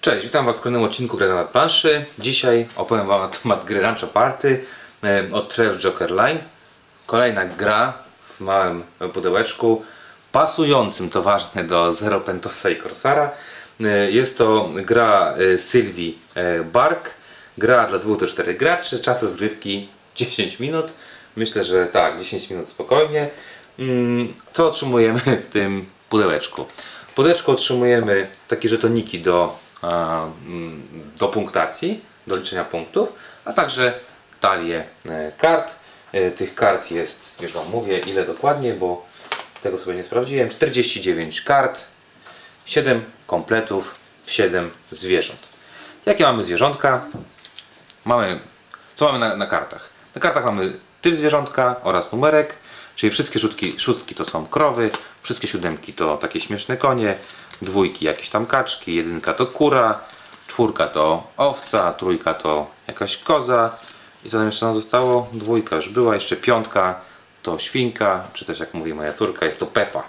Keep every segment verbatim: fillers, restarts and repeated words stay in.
Cześć, witam Was w kolejnym odcinku Gry na planszy. Dzisiaj opowiem Wam na temat gry Rancho Party od Tref Joker Line. Kolejna gra w małym pudełeczku, pasującym, to ważne, do Zero Pentosa i Corsara. Jest to gra Sylwii Bark. Gra dla dwóch do czterech graczy, czas rozgrywki dziesięć minut. Myślę, że tak, dziesięć minut spokojnie. Co otrzymujemy w tym pudełeczku? W pudełeczku otrzymujemy takie żetoniki do, do punktacji, do liczenia punktów, a także talię kart. Tych kart jest, już Wam mówię ile dokładnie, bo tego sobie nie sprawdziłem, czterdzieści dziewięć kart, siedem kompletów, siedem zwierząt. Jakie mamy zwierzątka? Mamy, co mamy na, na kartach? Na kartach mamy typ zwierzątka oraz numerek, czyli wszystkie szóstki, szóstki to są krowy, wszystkie siódemki to takie śmieszne konie, dwójki jakieś tam kaczki, jedynka to kura, czwórka to owca, trójka to jakaś koza i co nam jeszcze nam zostało? Dwójka już była, jeszcze piątka to świnka, czy też jak mówi moja córka, jest to Pepa.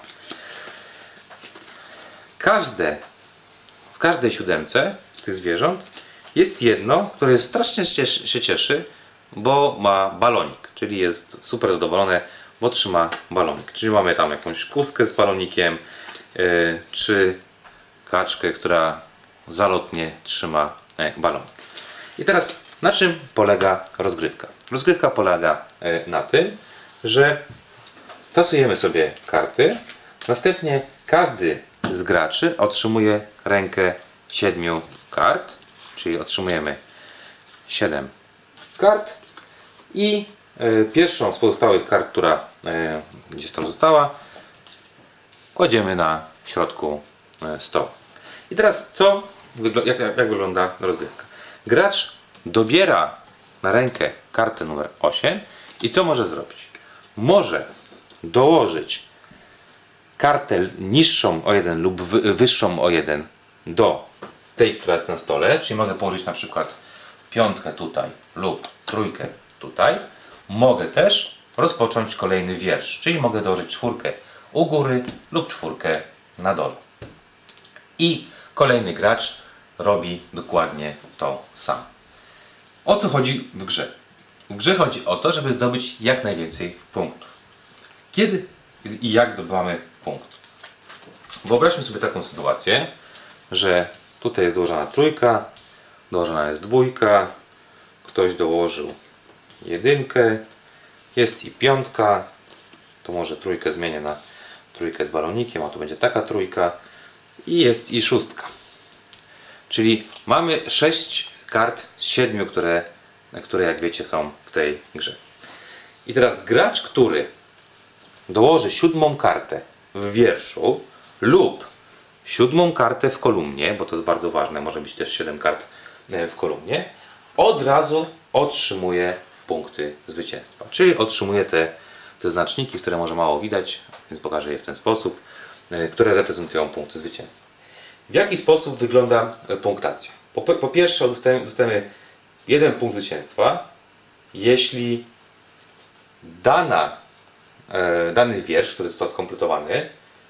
Każde, w każdej siódemce tych zwierząt jest jedno, które strasznie się cieszy, bo ma balonik, czyli jest super zadowolone, bo trzyma balonik. Czyli mamy tam jakąś kózkę z balonikiem, yy, czy kaczkę, która zalotnie trzyma yy, balonik. I teraz na czym polega rozgrywka? Rozgrywka polega yy, na tym, że tasujemy sobie karty, następnie każdy z graczy otrzymuje rękę siedmiu kart, czyli otrzymujemy siedem kart i y, pierwszą z pozostałych kart, która y, gdzieś tam została, kładziemy na środku y, stołu. I teraz co, jak, jak, jak wygląda rozgrywka? Gracz dobiera na rękę kartę numer osiem i co może zrobić? Może dołożyć kartę niższą o jeden lub wyższą o jeden do tej, która jest na stole, czyli mogę położyć na przykład piątkę tutaj lub trójkę tutaj. Mogę też rozpocząć kolejny wiersz, czyli mogę dołożyć czwórkę u góry lub czwórkę na dole. I kolejny gracz robi dokładnie to samo. O co chodzi w grze? W grze chodzi o to, żeby zdobyć jak najwięcej punktów. Kiedy i jak zdobywamy punkt? Wyobraźmy sobie taką sytuację, że tutaj jest dołożona trójka, dołożona jest dwójka, ktoś dołożył jedynkę, jest i piątka, to może trójkę zmienię na trójkę z balonikiem, a tu będzie taka trójka i jest i szóstka. Czyli mamy sześć kart z siedmiu, które, które jak wiecie są w tej grze. I teraz gracz, który dołoży siódmą kartę w wierszu lub siódmą kartę w kolumnie, bo to jest bardzo ważne, może być też siedem kart w kolumnie, od razu otrzymuje punkty zwycięstwa. Czyli otrzymuje te, te znaczniki, które może mało widać, więc pokażę je w ten sposób, które reprezentują punkty zwycięstwa. W jaki sposób wygląda punktacja? Po, po pierwsze dostajemy, dostajemy jeden punkt zwycięstwa, jeśli dana, e, dany wiersz, który został skompletowany,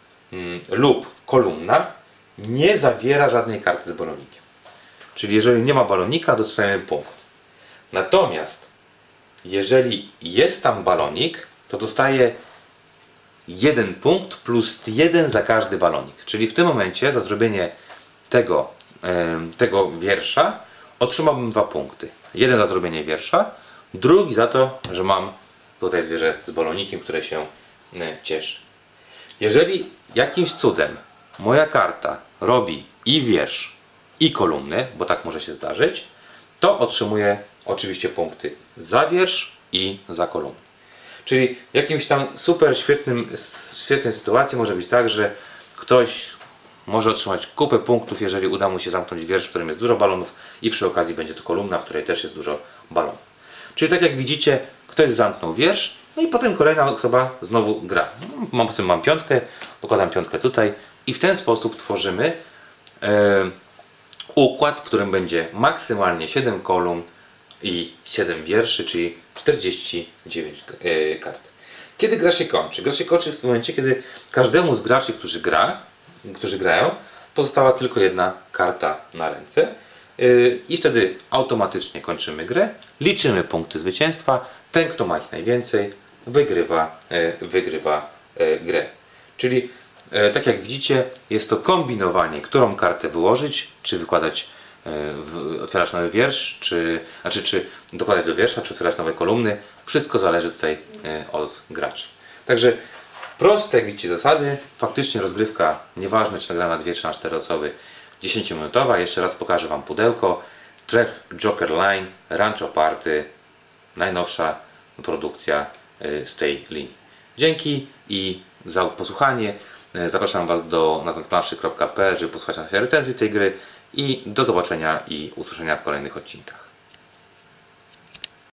lub kolumna nie zawiera żadnej karty z balonikiem. Czyli jeżeli nie ma balonika, dostajemy punkt. Natomiast jeżeli jest tam balonik, to dostaje jeden punkt plus jeden za każdy balonik. Czyli w tym momencie za zrobienie tego, tego wiersza otrzymałbym dwa punkty. Jeden za zrobienie wiersza, drugi za to, że mam tutaj zwierzę z balonikiem, które się cieszy. Jeżeli jakimś cudem moja karta robi i wiersz, i kolumny, bo tak może się zdarzyć, to otrzymuję oczywiście punkty za wiersz i za kolumny. Czyli w jakimś tam super świetnym, świetnej sytuacji może być tak, że ktoś może otrzymać kupę punktów, jeżeli uda mu się zamknąć wiersz, w którym jest dużo balonów i przy okazji będzie to kolumna, w której też jest dużo balonów. Czyli tak jak widzicie, ktoś zamknął wiersz, no i potem kolejna osoba znowu gra. Mam, mam piątkę, dokładam piątkę tutaj i w ten sposób tworzymy e, układ, w którym będzie maksymalnie siedem kolumn i siedem wierszy, czyli czterdzieści dziewięć e, kart. Kiedy gra się kończy? Gra się kończy w tym momencie, kiedy każdemu z graczy, którzy, gra, którzy grają, pozostała tylko jedna karta na ręce. I wtedy automatycznie kończymy grę, liczymy punkty zwycięstwa, ten kto ma ich najwięcej wygrywa, wygrywa grę. Czyli tak jak widzicie, jest to kombinowanie, którą kartę wyłożyć, czy wykładać, otwierać nowy wiersz, czy, znaczy, czy dokładać do wiersza, czy otwierać nowe kolumny. Wszystko zależy tutaj od graczy. Także proste, jak widzicie, zasady. Faktycznie rozgrywka, nieważne czy nagrana na dwie czy na cztery osoby, dziesięciominutowa. Jeszcze raz pokażę Wam pudełko. Treff Joker Line Rancho Party. Najnowsza produkcja z tej linii. Dzięki i za posłuchanie. Zapraszam Was do nazwaplanszy kropka p l, żeby posłuchać naszej recenzji tej gry i do zobaczenia i usłyszenia w kolejnych odcinkach.